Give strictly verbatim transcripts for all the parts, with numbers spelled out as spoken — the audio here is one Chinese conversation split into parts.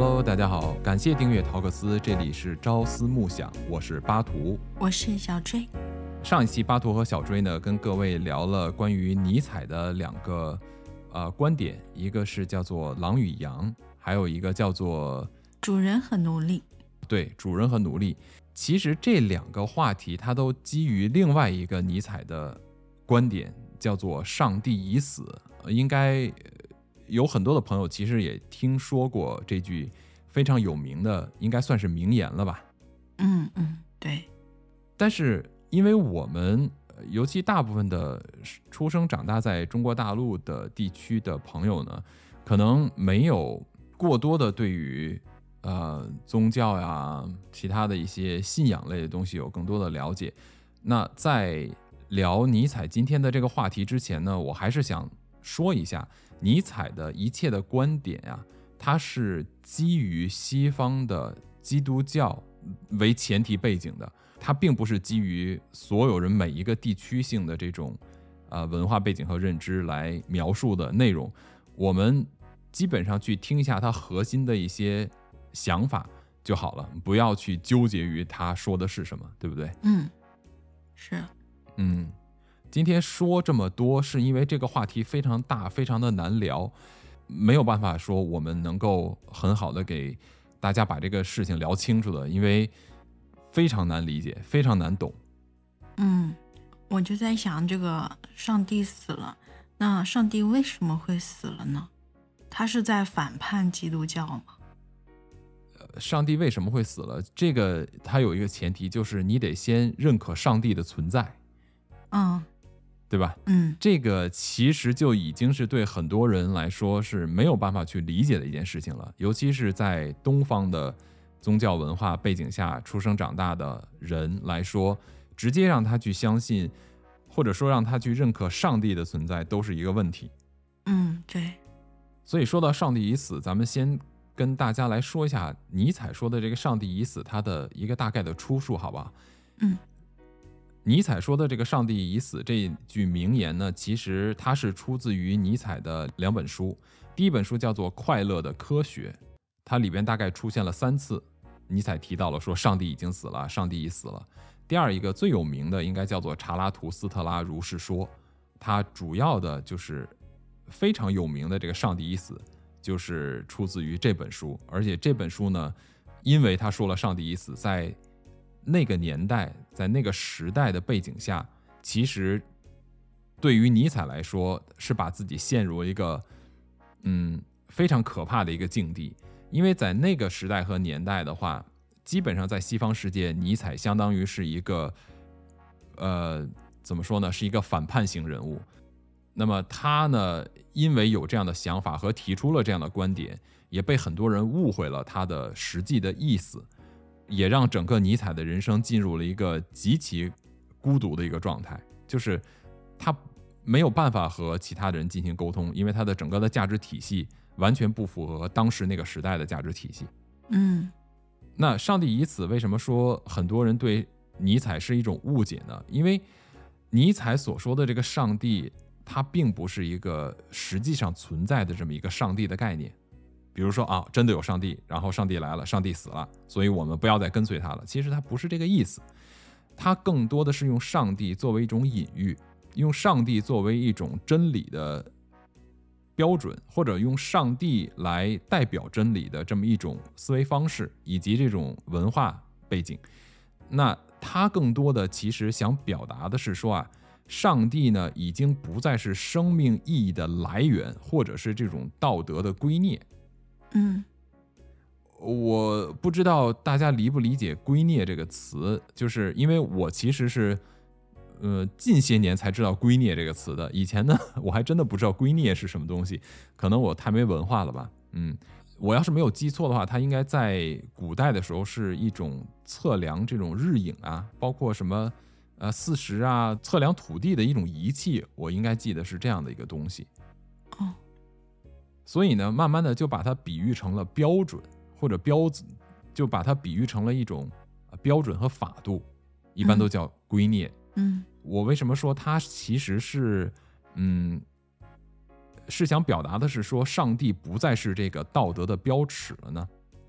Hello， 大家好，感谢订阅陶克斯，这里是朝思暮想，我是巴图， 我是小追。 上一期巴图和小追呢，跟各位聊了关于尼采的两个呃观点，一个是叫做狼与羊，还有一个叫做主人和奴隶。 对，主人和奴隶。其实这两个话题，它都基于另外一个尼采的观点，叫做上帝已死。应该有很多的朋友其实也听说过这句非常有名的，应该算是名言了吧。 嗯嗯，对。 但是因为我们尤其大部分的出生长大在中国大陆的地区的朋友呢，可能没有过多的对于呃宗教呀其他的一些信仰类的东西有更多的了解。那在聊尼采今天的这个话题之前呢，我还是想说一下尼采的一切的观点啊，它是基于西方的基督教为前提背景的，它并不是基于所有人每一个地区性的这种呃文化背景和认知来描述的内容。我们基本上去听一下它核心的一些想法就好了，不要去纠结于他说的是什么，对不对？ 嗯，是。 嗯，今天说这么多是因为这个话题非常大，非常的难聊，没有办法说我们能够很好的给大家把这个事情聊清楚的，因为非常难理解，非常难懂。 嗯，我就在想，这个上帝死了，那上帝为什么会死了呢？他是在反叛基督教吗？ 上帝为什么会死了？这个它有一个前提，就是你得先认可上帝的存在。 嗯， 对吧？ 嗯， 这个其实就已经是对很多人来说是没有办法去理解的一件事情了，尤其是在东方的宗教文化背景下出生长大的人来说，直接让他去相信，或者说让他去认可上帝的存在，都是一个问题。 嗯，对。 所以说到上帝已死，咱们先跟大家来说一下尼采说的这个上帝已死，他的一个大概的出处，好不好？ 嗯。 尼采说的这个上帝已死这句名言呢，其实它是出自于尼采的两本书。第一本书叫做《快乐的科学》，它里边大概出现了三次，尼采提到了说上帝已经死了，上帝已死了。第二一个最有名的应该叫做《查拉图斯特拉如是说》，它主要的就是非常有名的这个上帝已死，就是出自于这本书。而且这本书呢，因为他说了上帝已死，在那个年代，在那个时代的背景下，其实对于尼采来说是把自己陷入一个嗯非常可怕的一个境地。因为在那个时代和年代的话，基本上在西方世界，尼采相当于是一个呃怎么说呢，是一个反叛型人物。那么他呢，因为有这样的想法和提出了这样的观点，也被很多人误会了他的实际的意思，也让整个尼采的人生进入了一个极其孤独的一个状态，就是他没有办法和其他人进行沟通，因为他的整个的价值体系完全不符合当时那个时代的价值体系。 嗯， 那上帝已死为什么说很多人对尼采是一种误解呢？因为尼采所说的这个上帝，它并不是一个实际上存在的这么一个上帝的概念。比如说啊，真的有上帝，然后上帝来了，上帝死了，所以我们不要再跟随他了。其实他不是这个意思，他更多的是用上帝作为一种隐喻，用上帝作为一种真理的标准，或者用上帝来代表真理的这么一种思维方式，以及这种文化背景。那他更多的其实想表达的是说啊，上帝呢已经不再是生命意义的来源，或者是这种道德的圭臬。 嗯， 我不知道大家理不理解圭臬这个词，就是因为我其实是呃近些年才知道圭臬这个词的，以前呢我还真的不知道圭臬是什么东西，可能我太没文化了吧。嗯，我要是没有记错的话，它应该在古代的时候是一种测量这种日影啊，包括什么呃四时啊，测量土地的一种仪器，我应该记得是这样的一个东西。 哦， 所以呢，慢慢的就把它比喻成了标准或者标准，就把它比喻成了一种标准和法度，一般都叫圭臬。 嗯， 我为什么说它其实是，嗯，是想表达的是说，上帝不再是这个道德的标尺了呢？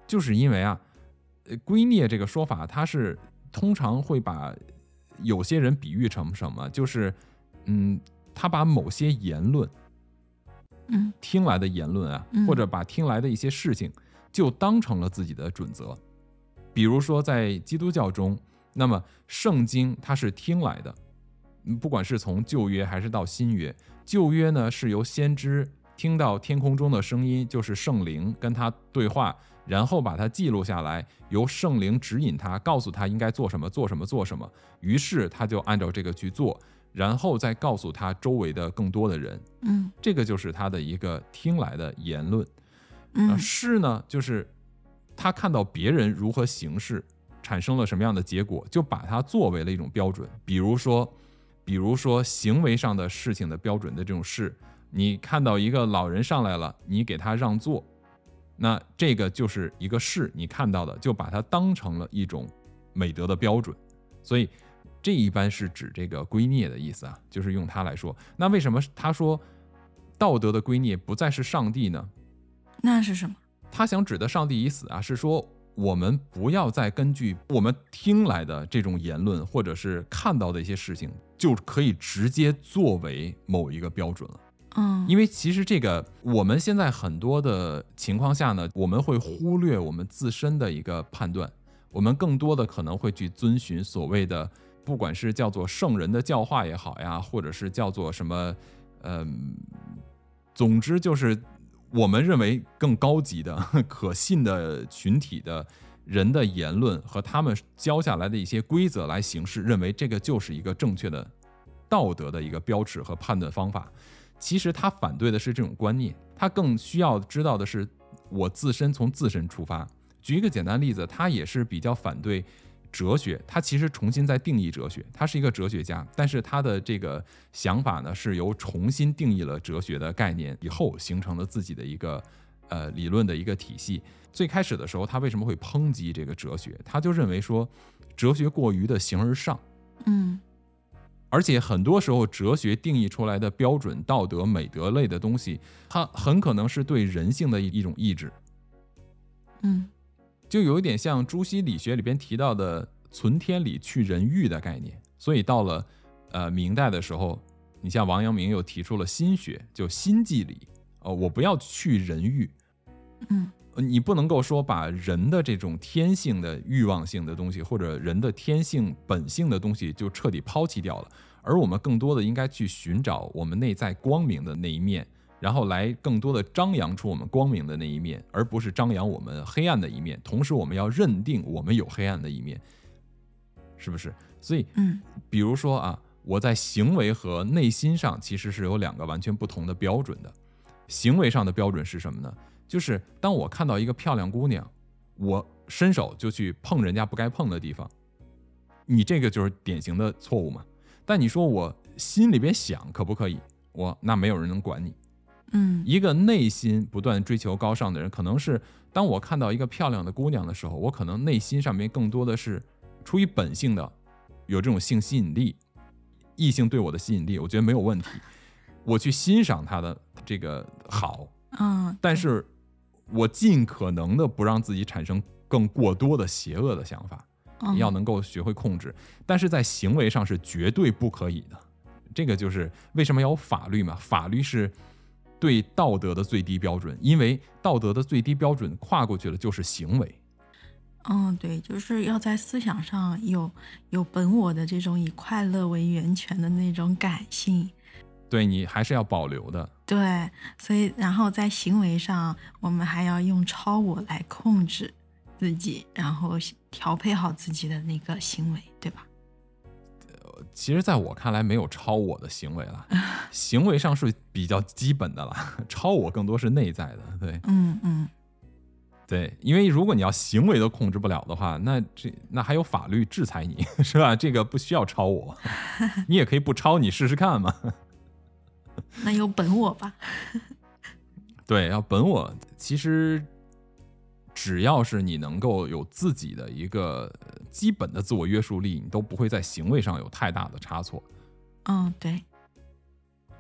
就是因为啊，圭臬这个说法，它是通常会把有些人比喻成什么？就是嗯，他把某些言论， 嗯， 听来的言论啊， 嗯、 或者把听来的一些事情，就当成了自己的准则。比如说在基督教中，那么圣经它是听来的，不管是从旧约还是到新约，旧约呢是由先知听到天空中的声音，就是圣灵跟他对话，然后把它记录下来，由圣灵指引他，告诉他应该做什么做什么做什么，于是他就按照这个去做，然后再告诉他周围的更多的人。 嗯， 这个就是他的一个听来的言论。 嗯， 事呢就是他看到别人如何行事，产生了什么样的结果，就把它作为了一种标准。比如说比如说行为上的事情的标准的这种事，你看到一个老人上来了，你给他让座，那这个就是一个事，你看到的就把它当成了一种美德的标准。所以这一般是指这个圭臬的意思啊，就是用它来说。那为什么他说道德的圭臬不再是上帝呢？ 那是什么？ 他想指的上帝已死啊，是说我们不要再根据我们听来的这种言论，或者是看到的一些事情，就可以直接作为某一个标准了。 嗯， 因为其实这个我们现在很多的情况下呢，我们会忽略我们自身的一个判断，我们更多的可能会去遵循所谓的，不管是叫做圣人的教化也好呀，或者是叫做什么，嗯，总之就是我们认为更高级的、可信的群体的人的言论和他们教下来的一些规则来行事，认为这个就是一个正确的道德的一个标尺和判断方法。其实他反对的是这种观念，他更需要知道的是我自身从自身出发。举一个简单例子，他也是比较反对哲学，他其实重新在定义哲学，他是一个哲学家，但是他的这个想法呢，是由重新定义了哲学的概念以后形成了自己的一个呃理论的一个体系。最开始的时候，他为什么会抨击这个哲学？他就认为说哲学过于的形而上， 嗯， 而且很多时候哲学定义出来的标准、道德、美德类的东西，它很可能是对人性的一种抑制。 嗯， 就有一点像朱熹理学里边提到的存天理去人欲的概念。所以到了呃明代的时候，你像王阳明又提出了心学，就心即理，呃，我不要去人欲。 嗯， 你不能够说把人的这种天性的欲望性的东西，或者人的天性本性的东西就彻底抛弃掉了，而我们更多的应该去寻找我们内在光明的那一面，然后来更多的张扬出我们光明的那一面，而不是张扬我们黑暗的一面。同时我们要认定我们有黑暗的一面，是不是？所以嗯， 比如说啊，我在行为和内心上其实是有两个完全不同的标准的。行为上的标准是什么呢？就是当我看到一个漂亮姑娘，我伸手就去碰人家不该碰的地方，你这个就是典型的错误嘛。但你说我心里边想可不可以？我那没有人能管你。 嗯， 一个内心不断追求高尚的人，可能是当我看到一个漂亮的姑娘的时候，我可能内心上面更多的是出于本性的有这种性吸引力，异性对我的吸引力，我觉得没有问题，我去欣赏她的这个好， 嗯， 但是我尽可能的不让自己产生更过多的邪恶的想法， 嗯， 要能够学会控制，但是在行为上是绝对不可以的。这个就是为什么要有法律嘛，法律是对道德的最低标准，因为道德的最低标准跨过去了就是行为。 嗯，对，就是要在思想上有有本我的这种以快乐为源泉的那种感性， 对，你还是要保留的。 对，所以然后在行为上，我们还要用超我来控制自己，然后调配好自己的那个行为，对吧？ 其实在我看来没有超我的行为了，行为上是比较基本的了，超我更多是内在的。对， 嗯嗯， 对，因为如果你要行为都控制不了的话，那这那还有法律制裁你，是吧？这个不需要超我，你也可以不超，你试试看嘛。 那有本我吧？ 对，要本我，其实只要是你能够有自己的一个基本的自我约束力，你都不会在行为上有太大的差错。 嗯，对。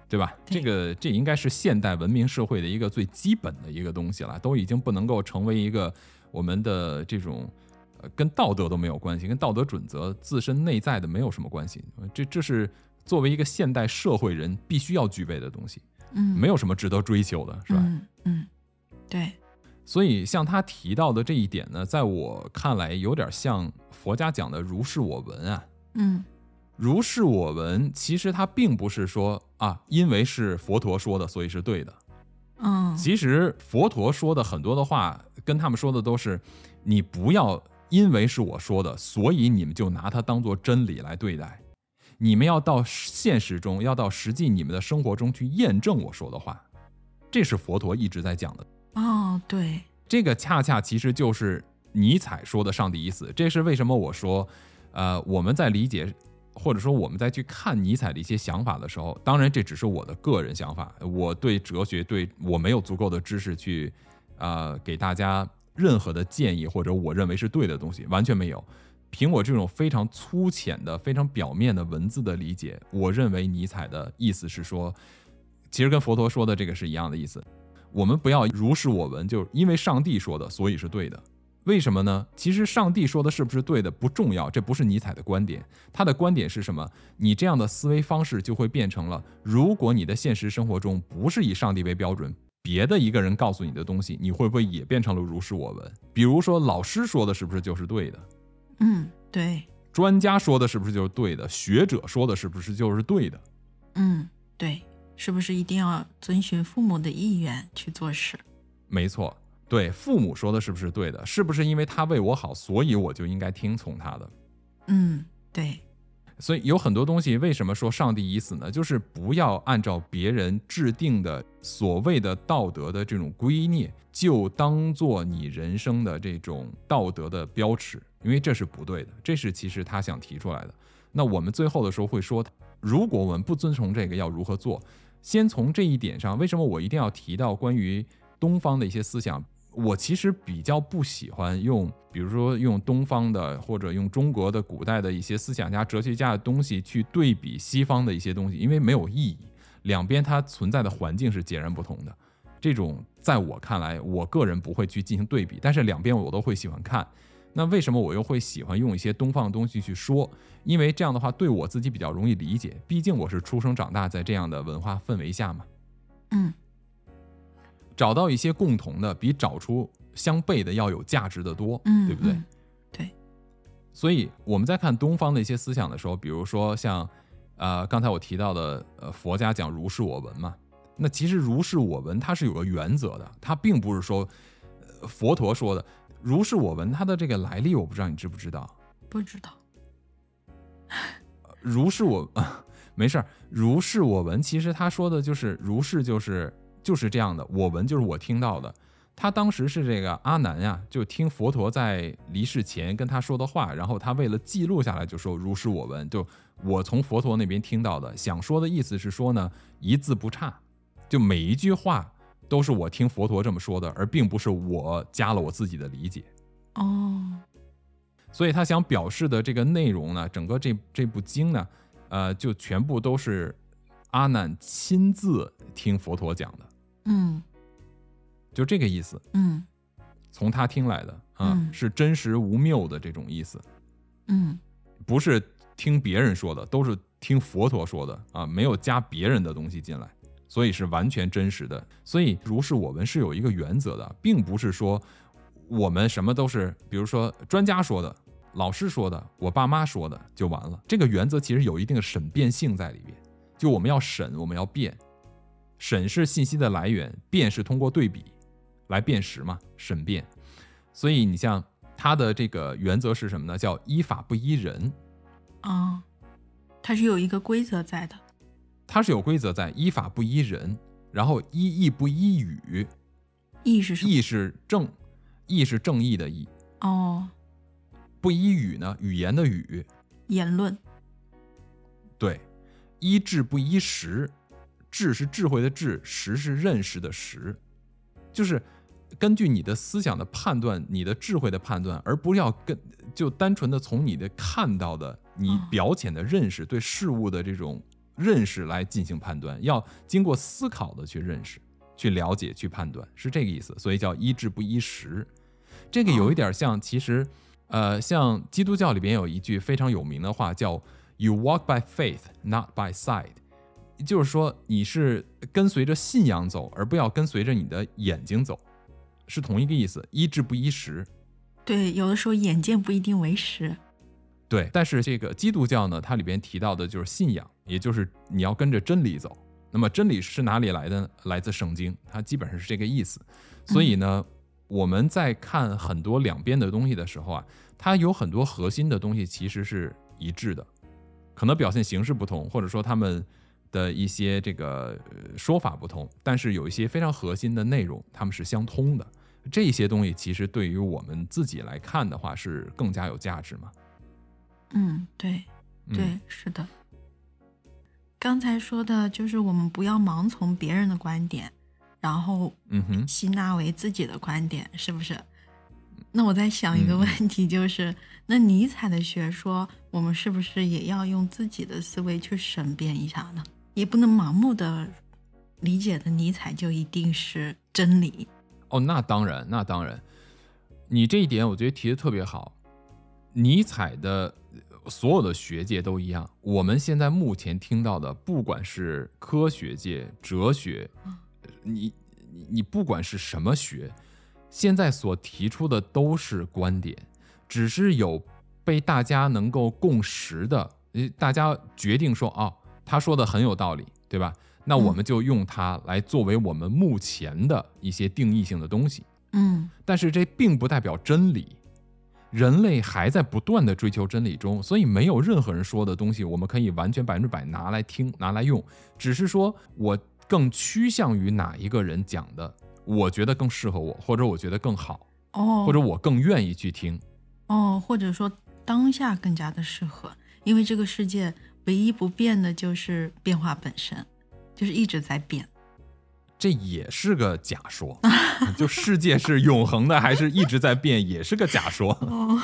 对吧？ 对这个这应该是现代文明社会的一个最基本的一个东西了，都已经不能够成为一个我们的这种呃跟道德都没有关系，跟道德准则自身内在的没有什么关系。这这是作为一个现代社会人必须要具备的东西， 嗯， 没有什么值得追求的，是吧？ 嗯嗯，对， 所以像他提到的这一点呢，在我看来有点像佛家讲的如是我闻啊。 嗯如是我闻，其实它并不是说啊，因为是佛陀说的，所以是对的。 嗯， 其实佛陀说的很多的话，跟他们说的都是，你不要因为是我说的，所以你们就拿它当做真理来对待。你们要到现实中，要到实际你们的生活中去验证我说的话，这是佛陀一直在讲的。 哦，对， 这个恰恰其实就是尼采说的上帝已死。这是为什么我说，呃，我们在理解。或者说我们在去看尼采的一些想法的时候，当然这只是我的个人想法，我对哲学对我没有足够的知识去呃给大家任何的建议或者我认为是对的东西，完全没有。凭我这种非常粗浅的非常表面的文字的理解，我认为尼采的意思是说，其实跟佛陀说的这个是一样的意思。我们不要如是我闻，就因为上帝说的所以是对的。为什么呢？其实上帝说的是不是对的不重要，这不是尼采的观点。他的观点是什么？你这样的思维方式就会变成了，如果你的现实生活中不是以上帝为标准，别的一个人告诉你的东西，你会不会也变成了如是我闻？比如说老师说的是不是就是对的？ 嗯，对， 专家说的是不是就是对的？学者说的是不是就是对的？ 嗯，对，是不是一定要遵循父母的意愿去做事？ 没错。对，父母说的是不是对的？是不是因为他为我好，所以我就应该听从他的？ 嗯，对。 所以有很多东西，为什么说上帝已死呢？就是不要按照别人制定的所谓的道德的这种圭臬，就当做你人生的这种道德的标尺，因为这是不对的。这是其实他想提出来的。那我们最后的时候会说，如果我们不遵从这个，要如何做？先从这一点上，为什么我一定要提到关于东方的一些思想？我其实比较不喜欢用，比如说用东方的或者用中国的古代的一些思想家、哲学家的东西去对比西方的一些东西，因为没有意义，两边它存在的环境是截然不同的。这种在我看来，我个人不会去进行对比，但是两边我都会喜欢看。那为什么我又会喜欢用一些东方的东西去说？因为这样的话对我自己比较容易理解，毕竟我是出生长大在这样的文化氛围下嘛。 嗯。 找到一些共同的，比找出相悖的要有价值的多， 嗯， 对不对？ 嗯，对。 所以我们在看东方的一些思想的时候，比如说像，呃，刚才我提到的，呃，佛家讲如是我闻嘛，那其实如是我闻它是有个原则的，它并不是说，呃、佛陀说的如是我闻，它的这个来历我不知道你知不知道？ 不知道。 如是我，没事，如是我闻，其实他说的就是如是就是。就是这样的，我闻就是我听到的。他当时是这个阿难呀，就听佛陀在离世前跟他说的话，然后他为了记录下来，就说如是我闻，就我从佛陀那边听到的。想说的意思是说呢，一字不差，就每一句话都是我听佛陀这么说的，而并不是我加了我自己的理解。 哦， 所以他想表示的这个内容呢，整个这这部经呢，呃，就全部都是阿难亲自听佛陀讲的。 嗯， 就这个意思。 嗯， 从他听来的啊、 嗯， 是真实无谬的这种意思。 嗯， 不是听别人说的，都是听佛陀说的啊，没有加别人的东西进来，所以是完全真实的。所以如是我闻是有一个原则的，并不是说我们什么都是，比如说专家说的、老师说的、我爸妈说的就完了。这个原则其实有一定的审辩性在里边，就我们要审，我们要辩。审是信息的来源，辩是通过对比来辨识嘛，审辩。所以你像他的这个原则是什么呢？叫依法不依人。 哦，它是有一个规则在的。 它是有规则在，依法不依人，然后依义不依语。 义是什么？ 义是正，义是正义的义。 哦。 不依语呢？语言的语。 言论。 对，依智不依识。智是智慧的智，识是认识的识，就是根据你的思想的判断，你的智慧的判断，而不要跟就单纯的从你的看到的、你表浅的认识、对事物的这种认识来进行判断，要经过思考的去认识、去了解、去判断，是这个意思。所以叫依智不依识。这个有一点像，其实，呃，像基督教里边有一句非常有名的话，叫 "You walk by faith, not by sight"， 就是说你是跟随着信仰走，而不要跟随着你的眼睛走，是同一个意思。依智不依识。 对，有的时候眼见不一定为实。 对，但是这个基督教呢，它里边提到的就是信仰，也就是你要跟着真理走。那么真理是哪里来的呢？来自圣经，它基本上是这个意思。所以呢，嗯我们在看很多两边的东西的时候啊，它有很多核心的东西其实是一致的，可能表现形式不同，或者说他们的一些这个说法不同，但是有一些非常核心的内容，他们是相通的。这些东西其实对于我们自己来看的话，是更加有价值嘛。 嗯，对，对，嗯、是的。刚才说的就是我们不要盲从别人的观点。然后吸纳为自己的观点，嗯、是不是？那我在想一个问题，就是、嗯、那尼采的学说，我们是不是也要用自己的思维去审辩一下呢？也不能盲目的理解的尼采就一定是真理。 哦，那当然，那当然，你这一点我觉得提得特别好。尼采的所有的学界都一样，我们现在目前听到的，不管是科学界、哲学。嗯你你不管是什么学，现在所提出的都是观点，只是有被大家能够共识的，大家决定说哦，他说的很有道理，对吧？那我们就用它来作为我们目前的一些定义性的东西。 嗯， 但是这并不代表真理，人类还在不断的追求真理中，所以没有任何人说的东西我们可以完全百分之百拿来听拿来用，只是说我更趋向于哪一个人讲的，我觉得更适合我，或者我觉得更好， 哦， 或者我更愿意去听， 哦，或者说当下更加的适合，因为这个世界唯一不变的就是变化本身，就是一直在变。 这也是个假说，就世界是永恒的还是一直在变，也是个假说。 哦，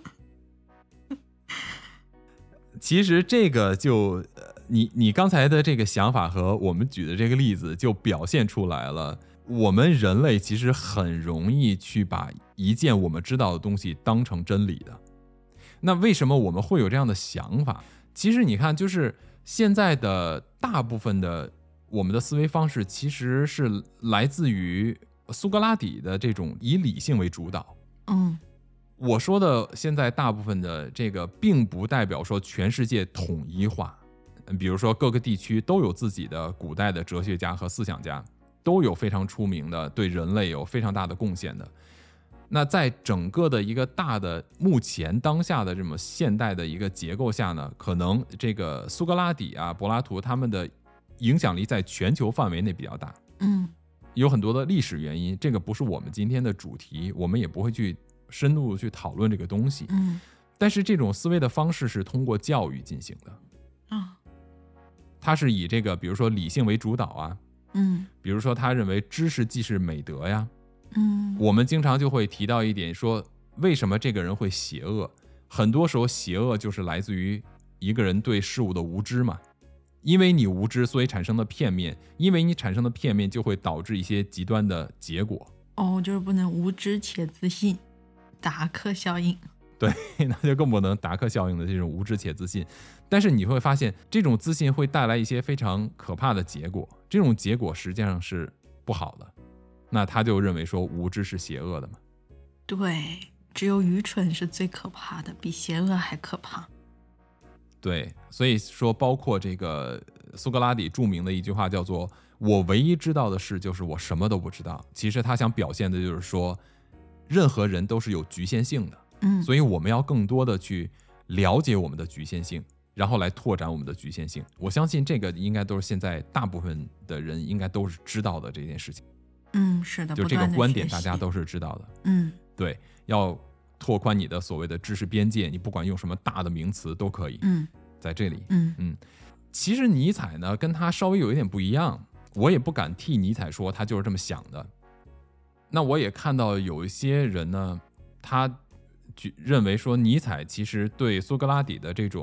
其实这个就。你你刚才的这个想法和我们举的这个例子就表现出来了，我们人类其实很容易去把一件我们知道的东西当成真理的。那为什么我们会有这样的想法？其实你看，就是现在的大部分的我们的思维方式其实是来自于苏格拉底的这种以理性为主导。 嗯， 我说的现在大部分的这个并不代表说全世界统一化。比如说各个地区都有自己的古代的哲学家和思想家，都有非常出名的，对人类有非常大的贡献的。那在整个的一个大的目前当下的这么现代的一个结构下呢，可能这个苏格拉底啊、柏拉图他们的影响力在全球范围内比较大。 嗯， 有很多的历史原因，这个不是我们今天的主题，我们也不会去深入去讨论这个东西。 嗯， 但是这种思维的方式是通过教育进行的。 啊、哦。 他是以这个比如说理性为主导啊， 嗯， 比如说他认为知识即是美德呀， 嗯， 我们经常就会提到一点说，为什么这个人会邪恶？很多时候邪恶就是来自于一个人对事物的无知嘛，因为你无知，所以产生的片面，因为你产生的片面就会导致一些极端的结果。 哦，就是不能无知且自信，达克效应。 对，那就更不能达克效应的这种无知且自信。但是你会发现，这种自信会带来一些非常可怕的结果，这种结果实际上是不好的。那他就认为说无知是邪恶的嘛？ 对，只有愚蠢是最可怕的，比邪恶还可怕。 对，所以说包括这个苏格拉底著名的一句话叫做“我唯一知道的事就是我什么都不知道”。其实他想表现的就是说，任何人都是有局限性的。 嗯， 所以我们要更多的去了解我们的局限性，然后来拓展我们的局限性。我相信这个应该都是现在大部分的人应该都是知道的这件事情。 嗯，是的， 就这个观点大家都是知道的。 嗯， 对，要拓宽你的所谓的知识边界，你不管用什么大的名词都可以。 嗯， 在这里， 嗯嗯，其实尼采呢跟他稍微有一点不一样，我也不敢替尼采说他就是这么想的。那我也看到有一些人呢，他认为说尼采其实对苏格拉底的这种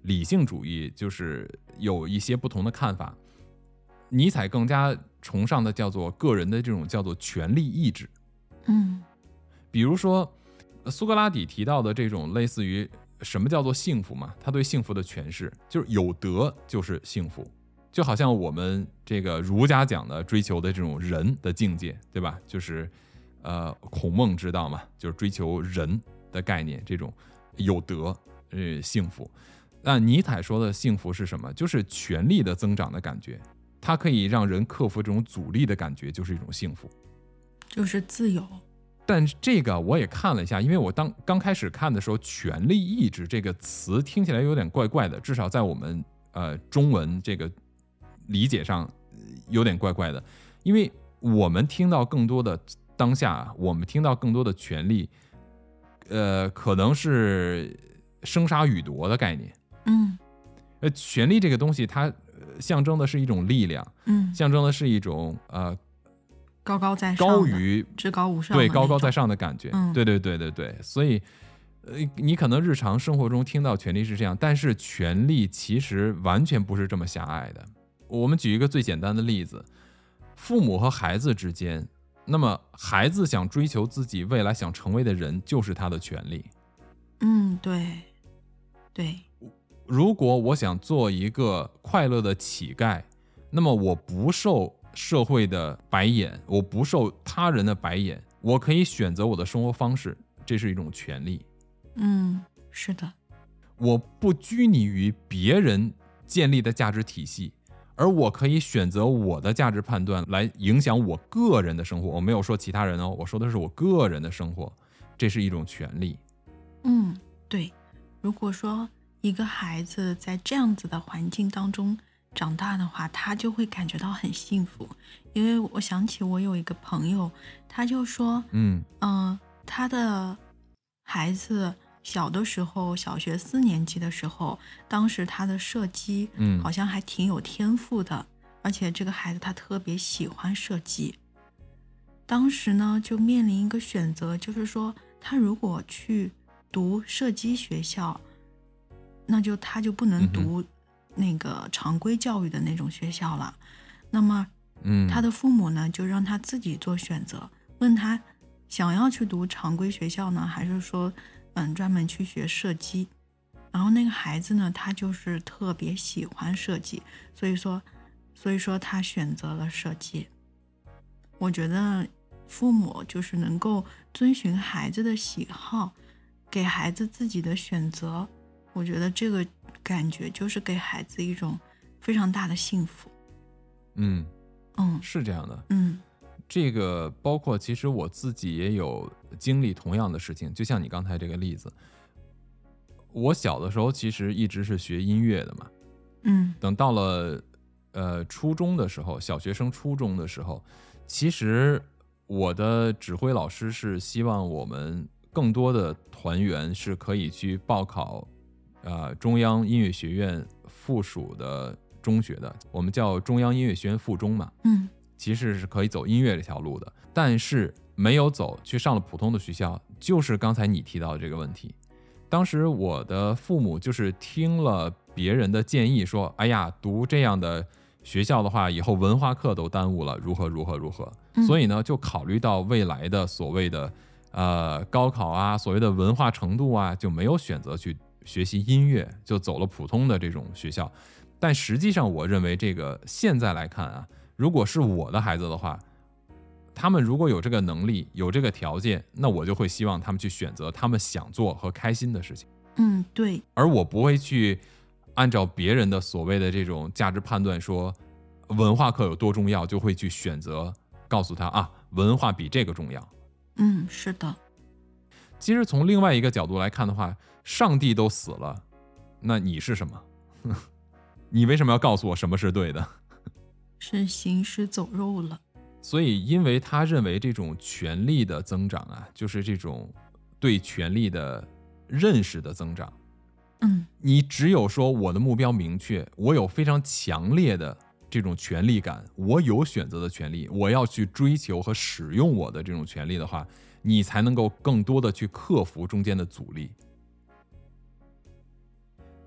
理性主义就是有一些不同的看法。尼采更加崇尚的叫做个人的这种叫做权利意志。 嗯， 比如说苏格拉底提到的这种类似于什么叫做幸福嘛，他对幸福的诠释就是有德就是幸福，就好像我们这个儒家讲的追求的这种人的境界，对吧？就是呃孔孟之道嘛，就是追求人的概念，这种有德呃幸福。那尼采说的幸福是什么？就是权力的增长的感觉，它可以让人克服这种阻力的感觉，就是一种幸福， 就是自由。 但这个我也看了一下，因为我当刚开始看的时候，权力意志这个词听起来有点怪怪的，至少在我们呃中文这个理解上有点怪怪的，因为我们听到更多的当下，我们听到更多的权力，呃，可能是生杀予夺的概念。 嗯， 呃，权力这个东西，它象征的是一种力量， 嗯， 象征的是一种呃。 高高在上， 高于至高无上， 对高高在上的感觉， 嗯、 对对对对对，所以，呃，你可能日常生活中听到权力是这样，但是权力其实完全不是这么狭隘的。我们举一个最简单的例子，父母和孩子之间，那么孩子想追求自己未来想成为的人，就是他的权利。 嗯，对，对。 如果我想做一个快乐的乞丐，那么我不受社会的白眼，我不受他人的白眼，我可以选择我的生活方式，这是一种权利。 嗯，是的。 我不拘泥于别人建立的价值体系，而我可以选择我的价值判断来影响我个人的生活。我没有说其他人哦，我说的是我个人的生活，这是一种权利。 嗯，对。如果说一个孩子在这样子的环境当中长大的话，他就会感觉到很幸福。因为我想起我有一个朋友，他就说嗯、呃、他的孩子小的时候，小学四年级的时候，当时他的射击好像还挺有天赋的、嗯、而且这个孩子他特别喜欢射击。当时呢就面临一个选择，就是说他如果去读射击学校，那就他就不能读那个常规教育的那种学校了。那么他的父母呢就让他自己做选择，问他想要去读常规学校呢，还是说嗯专门去学射击。然后那个孩子呢他就是特别喜欢射击，所以说所以说他选择了射击。我觉得父母就是能够遵循孩子的喜好，给孩子自己的选择，我觉得这个感觉就是给孩子一种非常大的幸福。 嗯嗯， 是这样的。 嗯， 这个包括其实我自己也有经历同样的事情，就像你刚才这个例子。我小的时候其实一直是学音乐的嘛， 嗯， 等到了呃初中的时候，小学升初中的时候，其实我的指挥老师是希望我们更多的团员是可以去报考呃中央音乐学院附属的中学的，我们叫中央音乐学院附中嘛， 嗯， 其实是可以走音乐这条路的，但是没有走，去上了普通的学校，就是刚才你提到的这个问题。当时我的父母就是听了别人的建议说，哎呀，读这样的学校的话，以后文化课都耽误了，如何如何如何， 嗯、 所以呢，就考虑到未来的所谓的呃高考啊，所谓的文化程度啊，就没有选择去学习音乐，就走了普通的这种学校。但实际上，我认为这个现在来看啊，如果是我的孩子的话，他们如果有这个能力，有这个条件，那我就会希望他们去选择他们想做和开心的事情。 嗯，对。 而我不会去按照别人的所谓的这种价值判断说文化课有多重要，就会去选择告诉他啊，文化比这个重要。 嗯，是的。 其实从另外一个角度来看的话，上帝都死了，那你是什么？你为什么要告诉我什么是对的？ 是行尸走肉了。 所以因为他认为这种权力的增长啊，就是这种对权力的认识的增长。 嗯， 你只有说我的目标明确，我有非常强烈的这种权力感，我有选择的权利，我要去追求和使用我的这种权利的话，你才能够更多的去克服中间的阻力。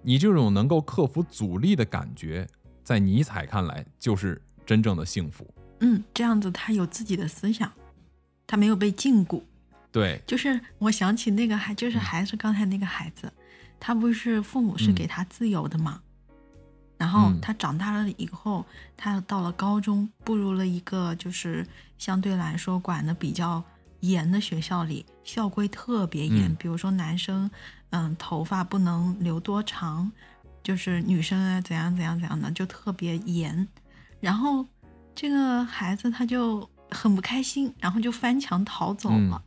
你这种能够克服阻力的感觉，在尼采看来就是真正的幸福。 嗯，这样子他有自己的思想，他没有被禁锢。 对， 就是我想起那个孩，就是还是刚才那个孩子，嗯、他不是父母是给他自由的嘛？嗯、然后他长大了以后，他到了高中，步入了一个就是相对来说管的比较严的学校里，校规特别严， 嗯、 比如说男生嗯头发不能留多长，就是女生啊怎样怎样怎样的，就特别严。然后这个孩子他就很不开心，然后就翻墙逃走了。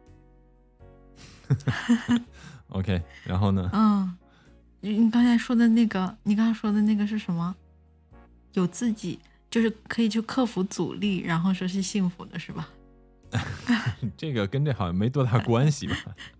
嗯、OK， 然后呢？ 嗯，你刚才说的那个，你刚才说的那个是什么？有自己就是可以去克服阻力，然后说是幸福的，是吧？ 这个跟这好像没多大关系吧？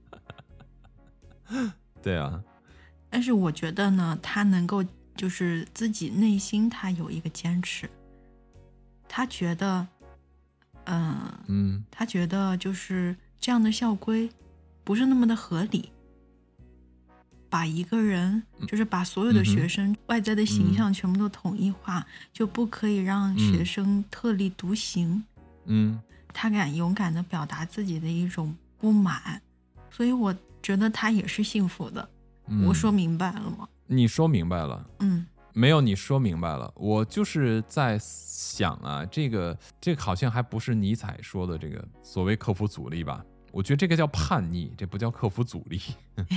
对啊。 但是我觉得呢，他能够就是自己内心他有一个坚持，他觉得，呃、嗯，他觉得就是这样的校规不是那么的合理，把一个人就是把所有的学生外在的形象全部都统一化，嗯、就不可以让学生特立独行。 嗯， 他敢勇敢地表达自己的一种不满，所以我觉得他也是幸福的。嗯、我说明白了吗？ 你说明白了。 嗯， 没有，你说明白了。我就是在想啊，这个这个好像还不是尼采说的这个所谓克服阻力吧？我觉得这个叫叛逆，这不叫克服阻力。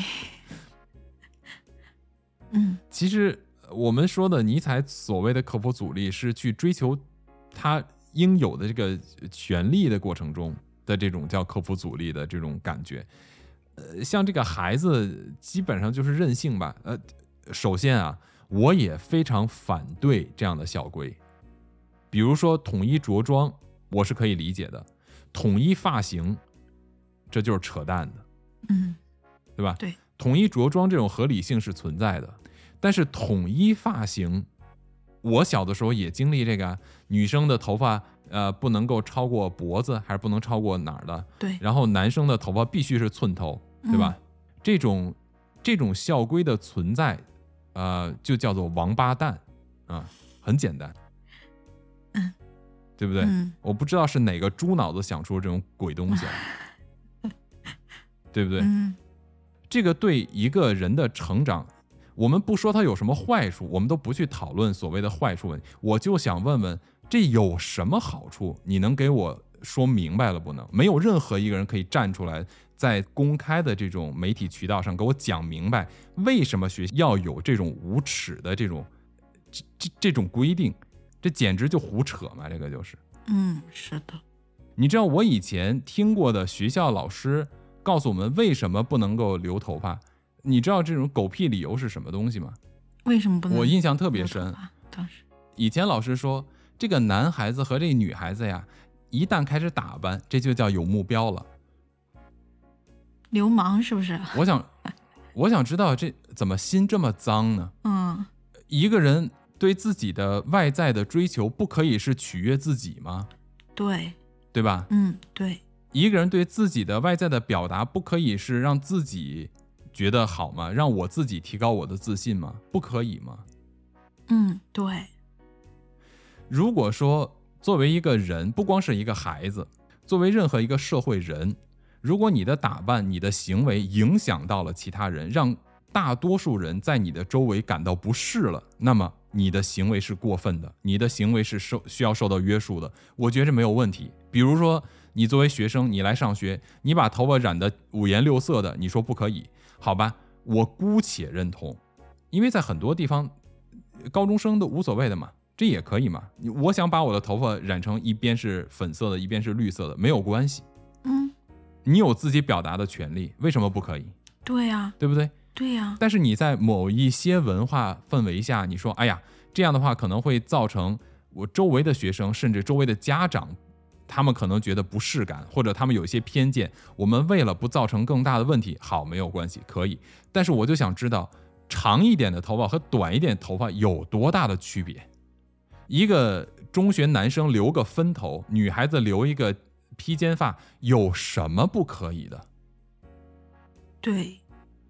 嗯， 其实我们说的尼采所谓的克服阻力，是去追求他应有的这个权利的过程中的这种叫克服阻力的这种感觉。呃，像这个孩子基本上就是任性吧。呃，首先啊，我也非常反对这样的校规，比如说统一着装，我是可以理解的，统一发型，这就是扯淡的， 嗯， 对吧？ 对， 统一着装这种合理性是存在的，但是统一发型，我小的时候也经历这个，女生的头发呃不能够超过脖子，还是不能超过哪儿的？ 对。 然后男生的头发必须是寸头，对吧？嗯、这种这种校规的存在，呃，就叫做王八蛋啊，很简单， 嗯， 对不对？嗯、我不知道是哪个猪脑子想出这种鬼东西来，对不对？ 嗯， 这个对一个人的成长。我们不说它有什么坏处，我们都不去讨论所谓的坏处问题。我就想问问，这有什么好处？你能给我说明白了不能？没有任何一个人可以站出来，在公开的这种媒体渠道上给我讲明白，为什么学校要有这种无耻的这种这这这种规定？这简直就胡扯嘛！这个就是， 嗯，是的。 你知道我以前听过的学校老师告诉我们为什么不能够留头发？你知道这种狗屁理由是什么东西吗？ 为什么不能？ 我印象特别深。 当时以前老师说，这个男孩子和这个女孩子呀，一旦开始打扮，这就叫有目标了。 流氓是不是？ 我想，我想知道这怎么心这么脏呢？ 嗯， 一个人对自己的外在的追求，不可以是取悦自己吗？ 对， 对吧？ 嗯，对。 一个人对自己的外在的表达，不可以是让自己觉得好吗？让我自己提高我的自信吗？不可以吗？ 嗯，对。 如果说作为一个人，不光是一个孩子，作为任何一个社会人，如果你的打扮、你的行为影响到了其他人，让大多数人在你的周围感到不适了，那么你的行为是过分的，你的行为是受需要受到约束的。我觉得这没有问题。比如说，你作为学生，你来上学，你把头发染得五颜六色的，你说不可以。好吧，我姑且认同，因为在很多地方，高中生都无所谓的嘛，这也可以嘛。我想把我的头发染成一边是粉色的，一边是绿色的，没有关系。 嗯， 你有自己表达的权利，为什么不可以？ 对呀、啊， 对不对？ 对呀、啊。 但是你在某一些文化氛围下，你说，哎呀，这样的话可能会造成我周围的学生，甚至周围的家长。他们可能觉得不适感，或者他们有一些偏见，我们为了不造成更大的问题，好，没有关系，可以。但是我就想知道，长一点的头发和短一点的头发有多大的区别？一个中学男生留个分头，女孩子留一个披肩发，有什么不可以的？ 对，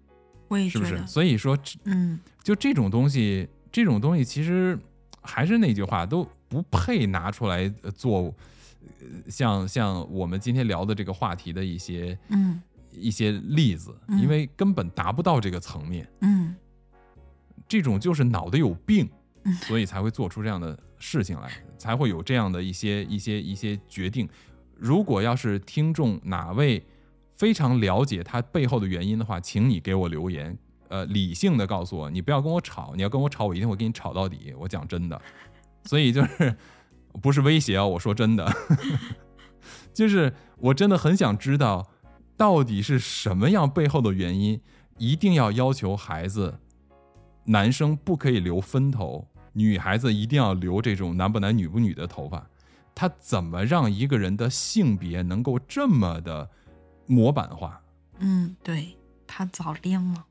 我也觉得， 是不是？所以说，嗯，就这种东西，这种东西其实还是那句话，都不配拿出来做，像像我们今天聊的这个话题的一些，嗯，一些例子，因为根本达不到这个层面，嗯，这种就是脑袋有病，所以才会做出这样的事情来，才会有这样的一些一些一些决定。如果要是听众哪位非常了解他背后的原因的话，请你给我留言，呃，理性的告诉我，你不要跟我吵，你要跟我吵，我一定会跟你吵到底。我讲真的，所以就是不是威胁啊，我说真的，就是我真的很想知道，到底是什么样背后的原因，一定要要求孩子，男生不可以留分头，女孩子一定要留这种男不男女不女的头发。他怎么让一个人的性别能够这么的模板化？ 嗯，对，他早恋了。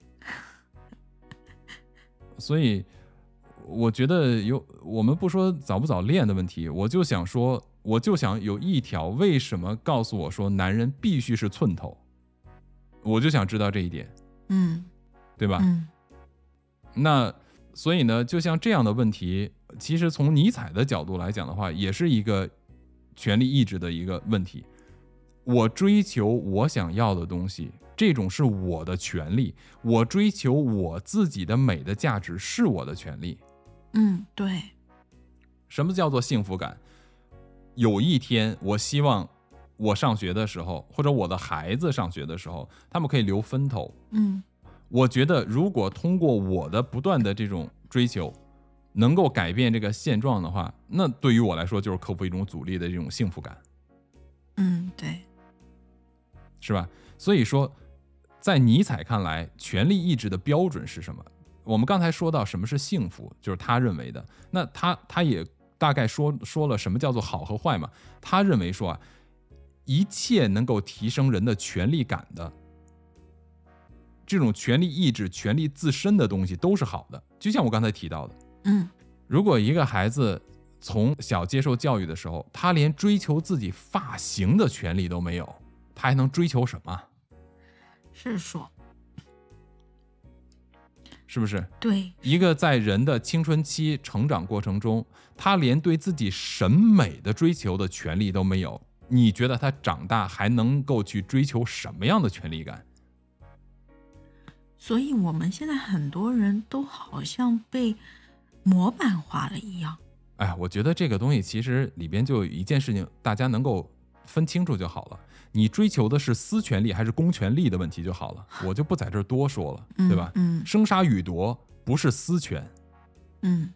所以我觉得有，我们不说早不早恋的问题，我就想说，我就想有一条，为什么告诉我说男人必须是寸头？我就想知道这一点。嗯，对吧？嗯。那所以呢，就像这样的问题，其实从尼采的角度来讲的话，也是一个权力意志的一个问题。我追求我想要的东西，这种是我的权利；我追求我自己的美的价值，是我的权利。 嗯，对。 什么叫做幸福感？有一天，我希望我上学的时候，或者我的孩子上学的时候，他们可以留分头。嗯。我觉得如果通过我的不断的这种追求能够改变这个现状的话，那对于我来说就是克服一种阻力的这种幸福感。 嗯，对， 是吧？所以说在尼采看来，权力意志的标准是什么？我们刚才说到什么是幸福，就是他认为的。那他他也大概说说了什么叫做好和坏嘛。他认为说啊，一切能够提升人的权力感的这种权力意志、权力自身的东西都是好的。就像我刚才提到的，嗯，如果一个孩子从小接受教育的时候，他连追求自己发型的权利都没有，他还能追求什么？ 是说， 是不是？ 对， 一个在人的青春期成长过程中，他连对自己审美的追求的权利都没有，你觉得他长大还能够去追求什么样的权利感？ 所以我们现在很多人都好像被模板化了一样。 哎，我觉得这个东西其实里边就有一件事情，大家能够分清楚就好了。你追求的是私权利还是公权利的问题就好了，我就不在这儿多说了，对吧？嗯，生杀予夺不是私权，嗯，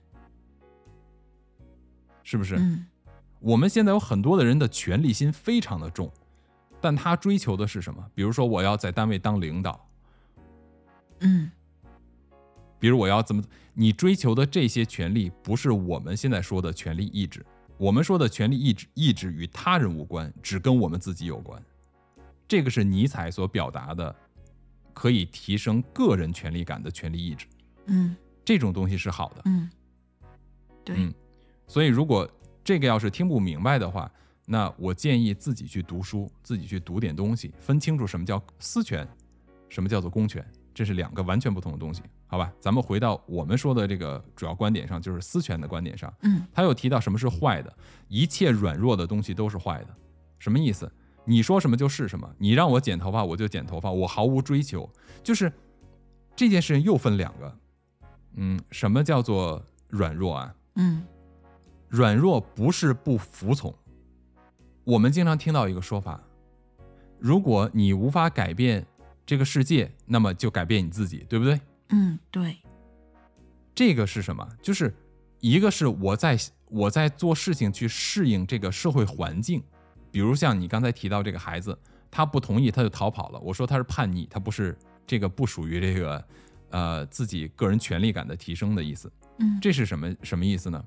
是不是？嗯，我们现在有很多的人的权利心非常的重，但他追求的是什么？比如说我要在单位当领导，嗯，比如我要怎么？你追求的这些权利不是我们现在说的权利意志，我们说的权利意志意志与他人无关，只跟我们自己有关。这个是尼采所表达的可以提升个人权利感的权利意志。嗯，这种东西是好的。 嗯，对。 嗯，所以如果这个要是听不明白的话，那我建议自己去读书，自己去读点东西，分清楚什么叫私权，什么叫做公权，这是两个完全不同的东西。好吧，咱们回到我们说的这个主要观点上，就是私权的观点上。嗯，他又提到什么是坏的，一切软弱的东西都是坏的。什么意思？你说什么就是什么，你让我剪头发我就剪头发，我毫无追求。就是这件事情又分两个。嗯，什么叫做软弱啊？嗯，软弱不是不服从。我们经常听到一个说法，如果你无法改变这个世界，那么就改变你自己，对不对？ 嗯，对。 这个是什么？就是一个是我在我在做事情去适应这个社会环境，比如像你刚才提到这个孩子，他不同意他就逃跑了，我说他是叛逆，他不是这个不属于这个呃自己个人权利感的提升的意思。嗯，这是什么什么意思呢？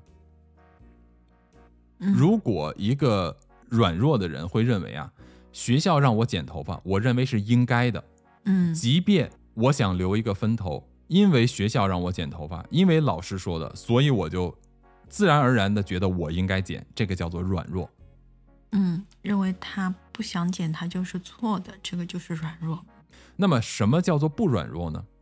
嗯，如果一个软弱的人会认为啊，学校让我剪头发，我认为是应该的。嗯，即便我想留一个分头，因为学校让我剪头发，因为老师说的，所以我就自然而然的觉得我应该剪，这个叫做软弱。 嗯，认为他不想剪他就是错的，这个就是软弱。 那么什么叫做不软弱呢？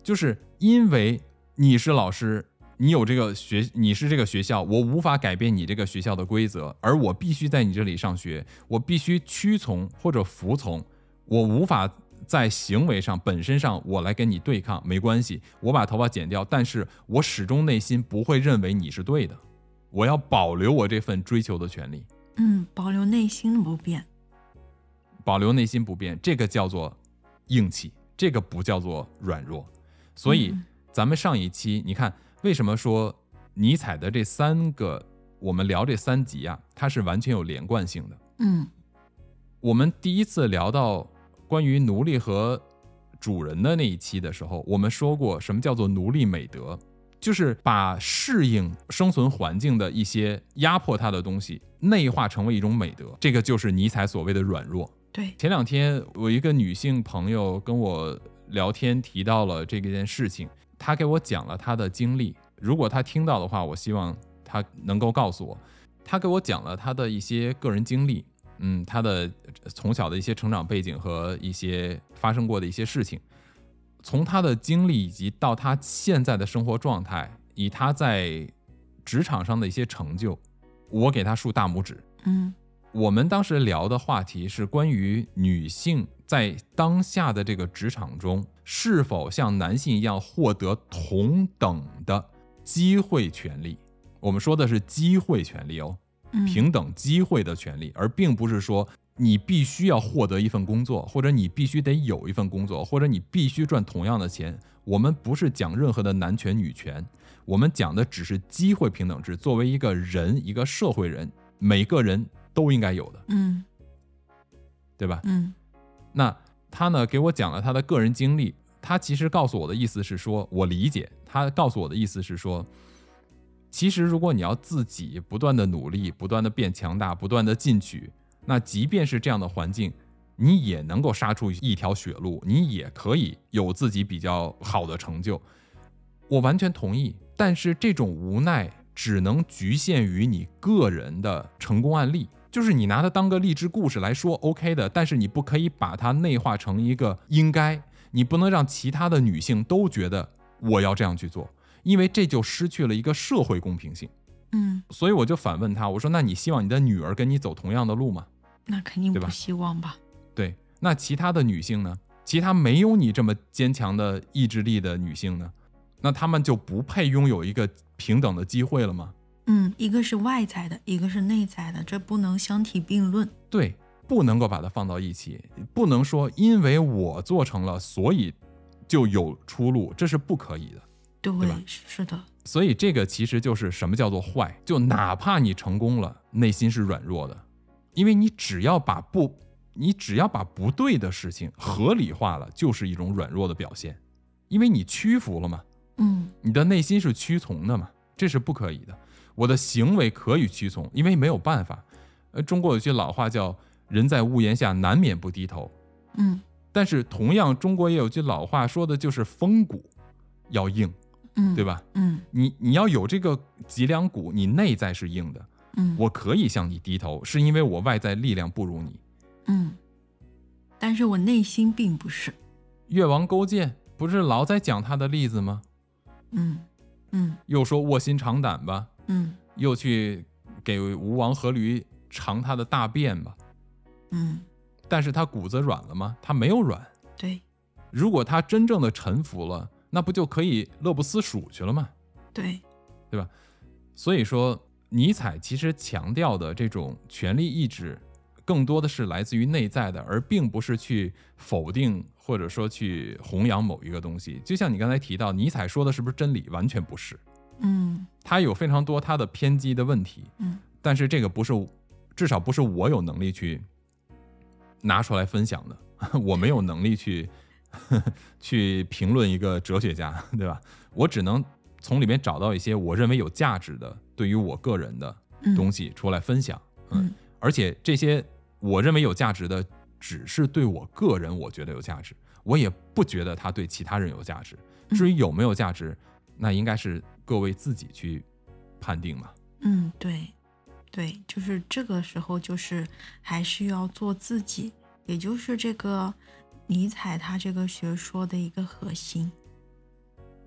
就是因为你是老师，你有这个学，你是这个学校，我无法改变你这个学校的规则，而我必须在你这里上学，我必须屈从或者服从，我无法在行为上本身上我来跟你对抗，没关系，我把头发剪掉，但是我始终内心不会认为你是对的，我要保留我这份追求的权利。 嗯，保留内心不变， 保留内心不变，这个叫做硬气，这个不叫做软弱。所以咱们上一期你看为什么说尼采的这三个，我们聊这三集啊，它是完全有连贯性的。 嗯， 我们第一次聊到关于奴隶和主人的那一期的时候，我们说过什么叫做奴隶美德，就是把适应生存环境的一些压迫他的东西内化成为一种美德，这个就是尼采所谓的软弱。 对， 前两天我一个女性朋友跟我聊天提到了这件事情，她给我讲了她的经历，如果她听到的话，我希望她能够告诉我。她给我讲了她的一些个人经历，嗯，她的从小的一些成长背景和一些发生过的一些事情，从她的经历以及到她现在的生活状态，以她在职场上的一些成就，我给她竖大拇指。 嗯， 我们当时聊的话题是关于女性在当下的这个职场中是否像男性一样获得同等的机会权利，我们说的是机会权利哦，平等机会的权利，而并不是说你必须要获得一份工作，或者你必须得有一份工作，或者你必须赚同样的钱。我们不是讲任何的男权女权，我们讲的只是机会平等制，作为一个人，一个社会人，每个人都应该有的， 嗯， 对吧？ 嗯， 那他呢给我讲了他的个人经历，他其实告诉我的意思是说，我理解他告诉我的意思是说，其实如果你要自己不断的努力，不断的变强大，不断的进取，那即便是这样的环境，你也能够杀出一条血路，你也可以有自己比较好的成就。我完全同意，但是这种无奈只能局限于你个人的成功案例，就是你拿它当个励志故事来说 OK 的，但是你不可以把它内化成一个应该，你不能让其他的女性都觉得我要这样去做，因为这就失去了一个社会公平性。 嗯， 所以我就反问他，我说那你希望你的女儿跟你走同样的路吗？ 那肯定不希望吧。 对，那其他的女性呢？其他没有你这么坚强的意志力的女性呢？那她们就不配拥有一个平等的机会了吗？ 嗯，一个是外在的，一个是内在的，这不能相提并论。 对，不能够把它放到一起，不能说因为我做成了，所以就有出路，这是不可以的。 对， 对吧？ 是的。 所以这个其实就是什么叫做坏，就哪怕你成功了，内心是软弱的，因为你只要把不，你只要把不对的事情合理化了，就是一种软弱的表现，因为你屈服了嘛。 嗯， 你的内心是屈从的嘛，这是不可以的。我的行为可以屈从，因为没有办法。呃，中国有句老话叫“人在屋檐下，难免不低头”。 嗯， 但是同样，中国也有句老话，说的就是风骨要硬， 嗯， 对吧？ 嗯， 你你要有这个脊梁骨，你内在是硬的。 嗯， 我可以向你低头，是因为我外在力量不如你。 嗯，但是我内心并不是。 越王勾践不是老在讲他的例子吗？ 嗯嗯， 又说卧薪尝胆吧， 嗯， 又去给吴王阖闾尝他的大便吧， 嗯， 但是他骨子软了吗？他没有软。 对， 如果他真正的臣服了，那不就可以乐不思蜀去了吗？ 对， 对吧？所以说，尼采其实强调的这种权力意志，更多的是来自于内在的，而并不是去否定或者说去弘扬某一个东西。就像你刚才提到，尼采说的是不是真理？完全不是。 嗯， 他有非常多他的偏激的问题， 嗯， 但是这个不是，至少不是我有能力去拿出来分享的。我没有能力去去评论一个哲学家，对吧？我只能从里面找到一些我认为有价值的对于我个人的东西出来分享。 嗯， 而且这些我认为有价值的只是对我个人我觉得有价值，我也不觉得它对其他人有价值。至于有没有价值，那应该是各位自己去判定嘛。 嗯，对对，就是这个时候就是还是要做自己，也就是这个尼采他这个学说的一个核心。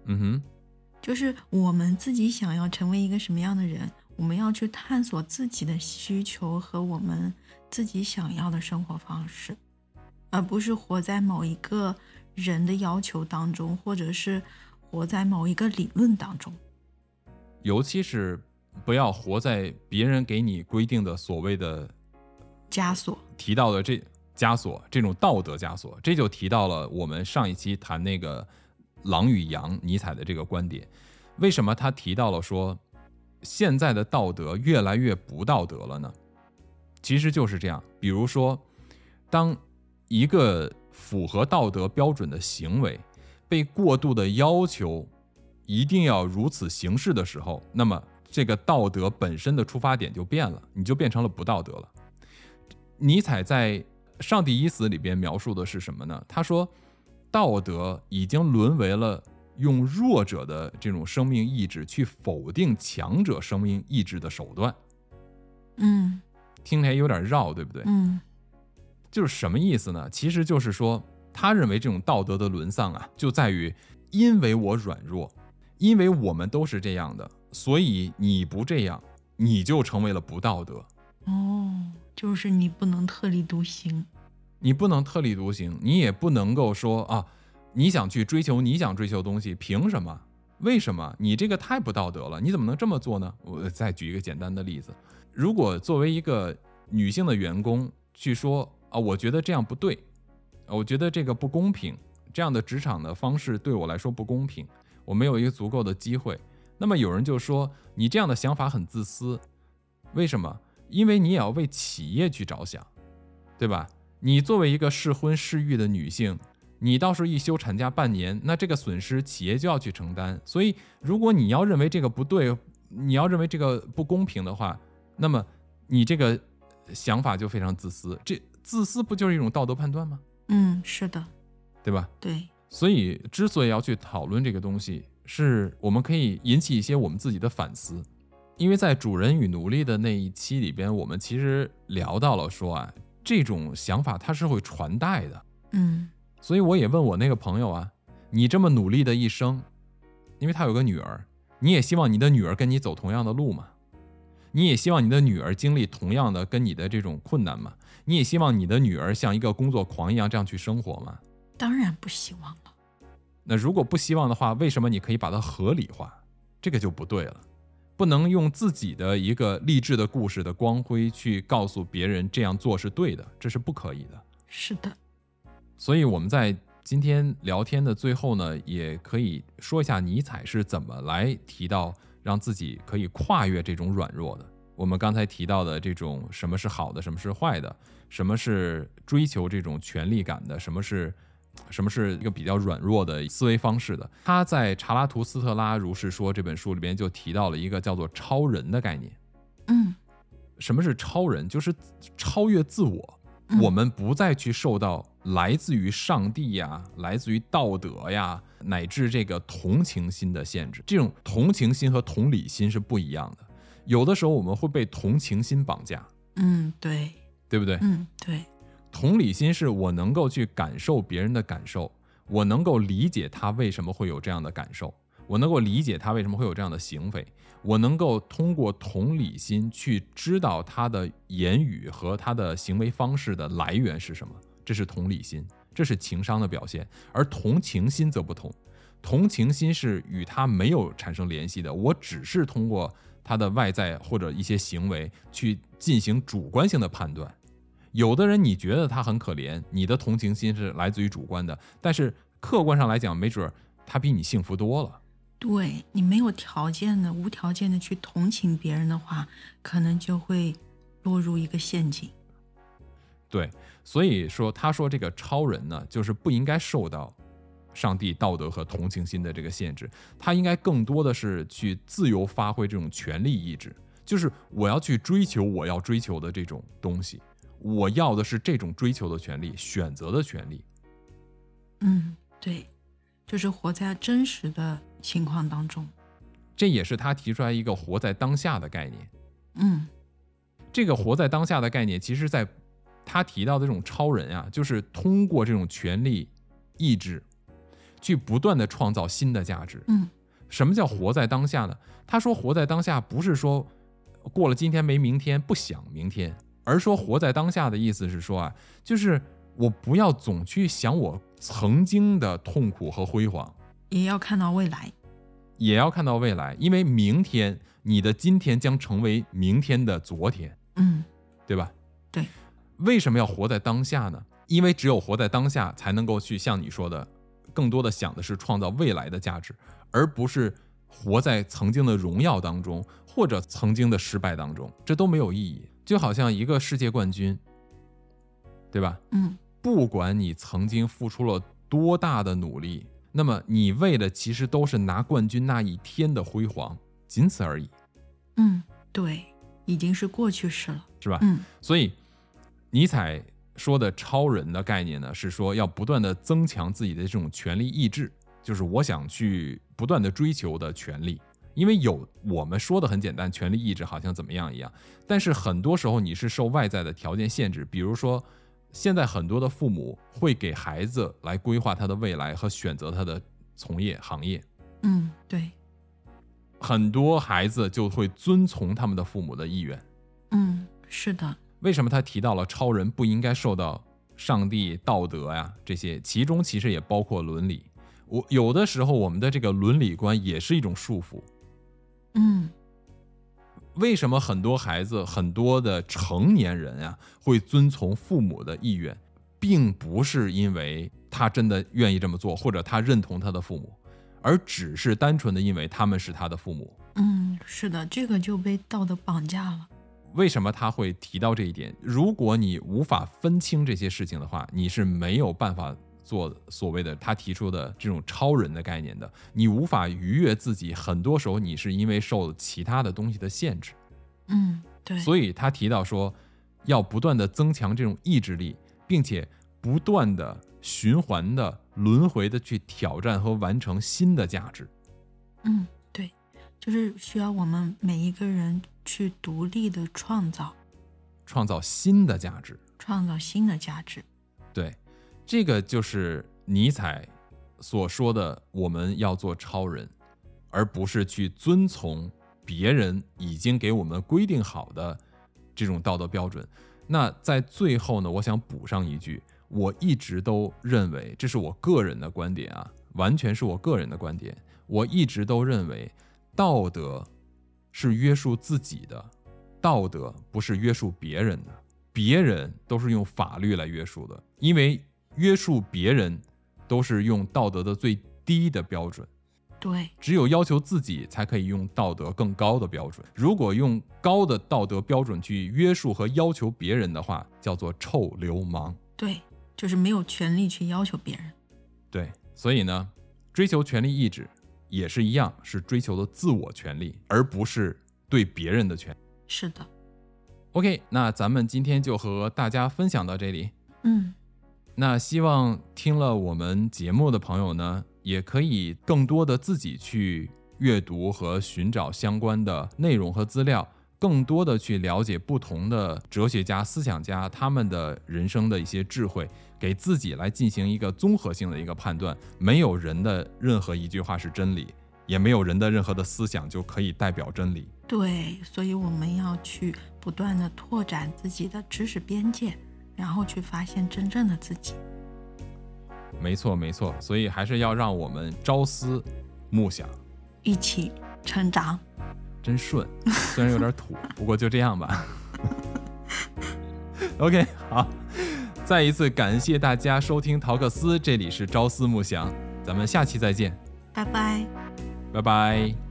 嗯哼， 就是我们自己想要成为一个什么样的人，我们要去探索自己的需求和我们自己想要的生活方式，而不是活在某一个人的要求当中，或者是活在某一个理论当中。 尤其是不要活在别人给你规定的所谓的枷锁， 提到的这枷锁，这种道德枷锁，这就提到了我们上一期谈那个狼与羊尼采的这个观点。为什么他提到了说现在的道德越来越不道德了呢？其实就是这样，比如说当一个符合道德标准的行为被过度的要求一定要如此行事的时候，那么这个道德本身的出发点就变了，你就变成了不道德了。尼采在《上帝已死》里边描述的是什么呢？他说道德已经沦为了用弱者的这种生命意志去否定强者生命意志的手段。 嗯， 听起来有点绕，对不对？ 嗯， 就是什么意思呢？其实就是说他认为这种道德的沦丧啊，就在于因为我软弱，因为我们都是这样的，所以你不这样，你就成为了不道德。 哦，就是你不能特立独行， 你不能特立独行，你也不能够说啊，你想去追求你想追求的东西，凭什么？为什么？你这个太不道德了，你怎么能这么做呢？我再举一个简单的例子，如果作为一个女性的员工去说啊，我觉得这样不对，我觉得这个不公平，这样的职场的方式对我来说不公平，我没有一个足够的机会，那么有人就说你这样的想法很自私。为什么？因为你也要为企业去着想，对吧？你作为一个适婚适育的女性，你到时候一休产假半年，那这个损失企业就要去承担。所以如果你要认为这个不对，你要认为这个不公平的话，那么你这个想法就非常自私。这自私不就是一种道德判断吗？ 嗯，是的， 对吧？ 对。 所以之所以要去讨论这个东西，是我们可以引起一些我们自己的反思。因为在主人与奴隶的那一期里边，我们其实聊到了说啊，这种想法它是会传代的。 嗯， 所以我也问我那个朋友啊，你这么努力的一生，因为他有个女儿，你也希望你的女儿跟你走同样的路吗？你也希望你的女儿经历同样的跟你的这种困难吗？你也希望你的女儿像一个工作狂一样这样去生活吗？ 当然不希望了。 那如果不希望的话，为什么你可以把它合理化？这个就不对了。不能用自己的一个励志的故事的光辉去告诉别人这样做是对的，这是不可以的。 是的。 所以我们在今天聊天的最后呢，也可以说一下尼采是怎么来提到让自己可以跨越这种软弱的。我们刚才提到的这种什么是好的，什么是坏的，什么是追求这种权力感的，什么是什么是一个比较软弱的思维方式的。他在《查拉图斯特拉如是说》这本书里边就提到了一个叫做超人的概念。 嗯， 什么是超人？就是超越自我， 嗯、 我们不再去受到来自于上帝呀、来自于道德呀，乃至这个同情心的限制。这种同情心和同理心是不一样的。有的时候我们会被同情心绑架。 嗯，对， 对不对？ 嗯，对。 同理心是我能够去感受别人的感受，我能够理解他为什么会有这样的感受，我能够理解他为什么会有这样的行为，我能够通过同理心去知道他的言语和他的行为方式的来源是什么，这是同理心，这是情商的表现。而同情心则不同，同情心是与他没有产生联系的，我只是通过他的外在或者一些行为去进行主观性的判断。有的人你觉得他很可怜，你的同情心是来自于主观的，但是客观上来讲，没准他比你幸福多了。 对，你没有条件的、无条件的去同情别人的话，可能就会落入一个陷阱。 对，所以说他说这个超人呢，就是不应该受到上帝道德和同情心的这个限制，他应该更多的是去自由发挥这种权利意志，就是我要去追求我要追求的这种东西。我要的是这种追求的权利，选择的权利。 嗯，对，就是活在真实的情况当中。 这也是他提出来一个活在当下的概念。 嗯， 这个活在当下的概念，其实在他提到的这种超人啊，就是通过这种权利意志去不断的创造新的价值。 嗯， 什么叫活在当下呢？他说活在当下不是说过了今天没明天，不想明天，而说活在当下的意思是说啊，就是我不要总去想我曾经的痛苦和辉煌， 也要看到未来， 也要看到未来，因为明天你的今天将成为明天的昨天， 嗯， 对吧？ 对。 为什么要活在当下呢？因为只有活在当下，才能够去像你说的，更多的想的是创造未来的价值，而不是活在曾经的荣耀当中，或者曾经的失败当中，这都没有意义。就好像一个世界冠军，对吧？ 嗯， 不管你曾经付出了多大的努力，那么你为的其实都是拿冠军那一天的辉煌，仅此而已。 嗯，对，已经是过去式了， 是吧？ 嗯， 所以尼采说的超人的概念呢，是说要不断的增强自己的这种权力意志，就是我想去不断的追求的权利。因为有我们说的很简单，权力意志好像怎么样一样，但是很多时候你是受外在的条件限制，比如说现在很多的父母会给孩子来规划他的未来和选择他的从业行业。 嗯，对， 很多孩子就会遵从他们的父母的意愿。 嗯，是的。 为什么他提到了超人不应该受到上帝、道德呀这些，其中其实也包括伦理。我有的时候我们的这个伦理观也是一种束缚。 嗯， 为什么很多孩子、很多的成年人啊会遵从父母的意愿，并不是因为他真的愿意这么做，或者他认同他的父母，而只是单纯的因为他们是他的父母。 嗯，是的，这个就被道德绑架了。 为什么他会提到这一点？如果你无法分清这些事情的话，你是没有办法做所谓的他提出的这种超人的概念的。你无法逾越自己，很多时候你是因为受其他的东西的限制。 嗯，对。 所以他提到说，要不断的增强这种意志力，并且不断的循环的轮回的去挑战和完成新的价值。 嗯，对，就是需要我们每一个人去独立的创造， 创造新的价值， 创造新的价值。 对，这个就是尼采所说的，我们要做超人，而不是去遵从别人已经给我们规定好的这种道德标准。那在最后呢，我想补上一句，我一直都认为，这是我个人的观点啊，完全是我个人的观点。我一直都认为，道德是约束自己的，道德不是约束别人的。别人都是用法律来约束的，因为约束别人都是用道德的最低的标准。 对， 只有要求自己才可以用道德更高的标准。如果用高的道德标准去约束和要求别人的话，叫做臭流氓。 对，就是没有权利去要求别人。 对，所以呢，追求权利意志也是一样，是追求的自我权利，而不是对别人的权利。 是的。 OK， 那咱们今天就和大家分享到这里。 嗯， 那希望听了我们节目的朋友呢，也可以更多的自己去阅读和寻找相关的内容和资料，更多的去了解不同的哲学家、思想家他们的人生的一些智慧，给自己来进行一个综合性的一个判断。没有人的任何一句话是真理，也没有人的任何的思想就可以代表真理。 对，所以我们要去不断的拓展自己的知识边界，然后去发现真正的自己。 没错没错，所以还是要让我们朝思暮想， 一起成长。 真顺，虽然有点土，不过就这样吧。OK， 好，再一次感谢大家收听陶克斯，这里是朝思暮想，咱们下期再见， 拜拜， 拜拜。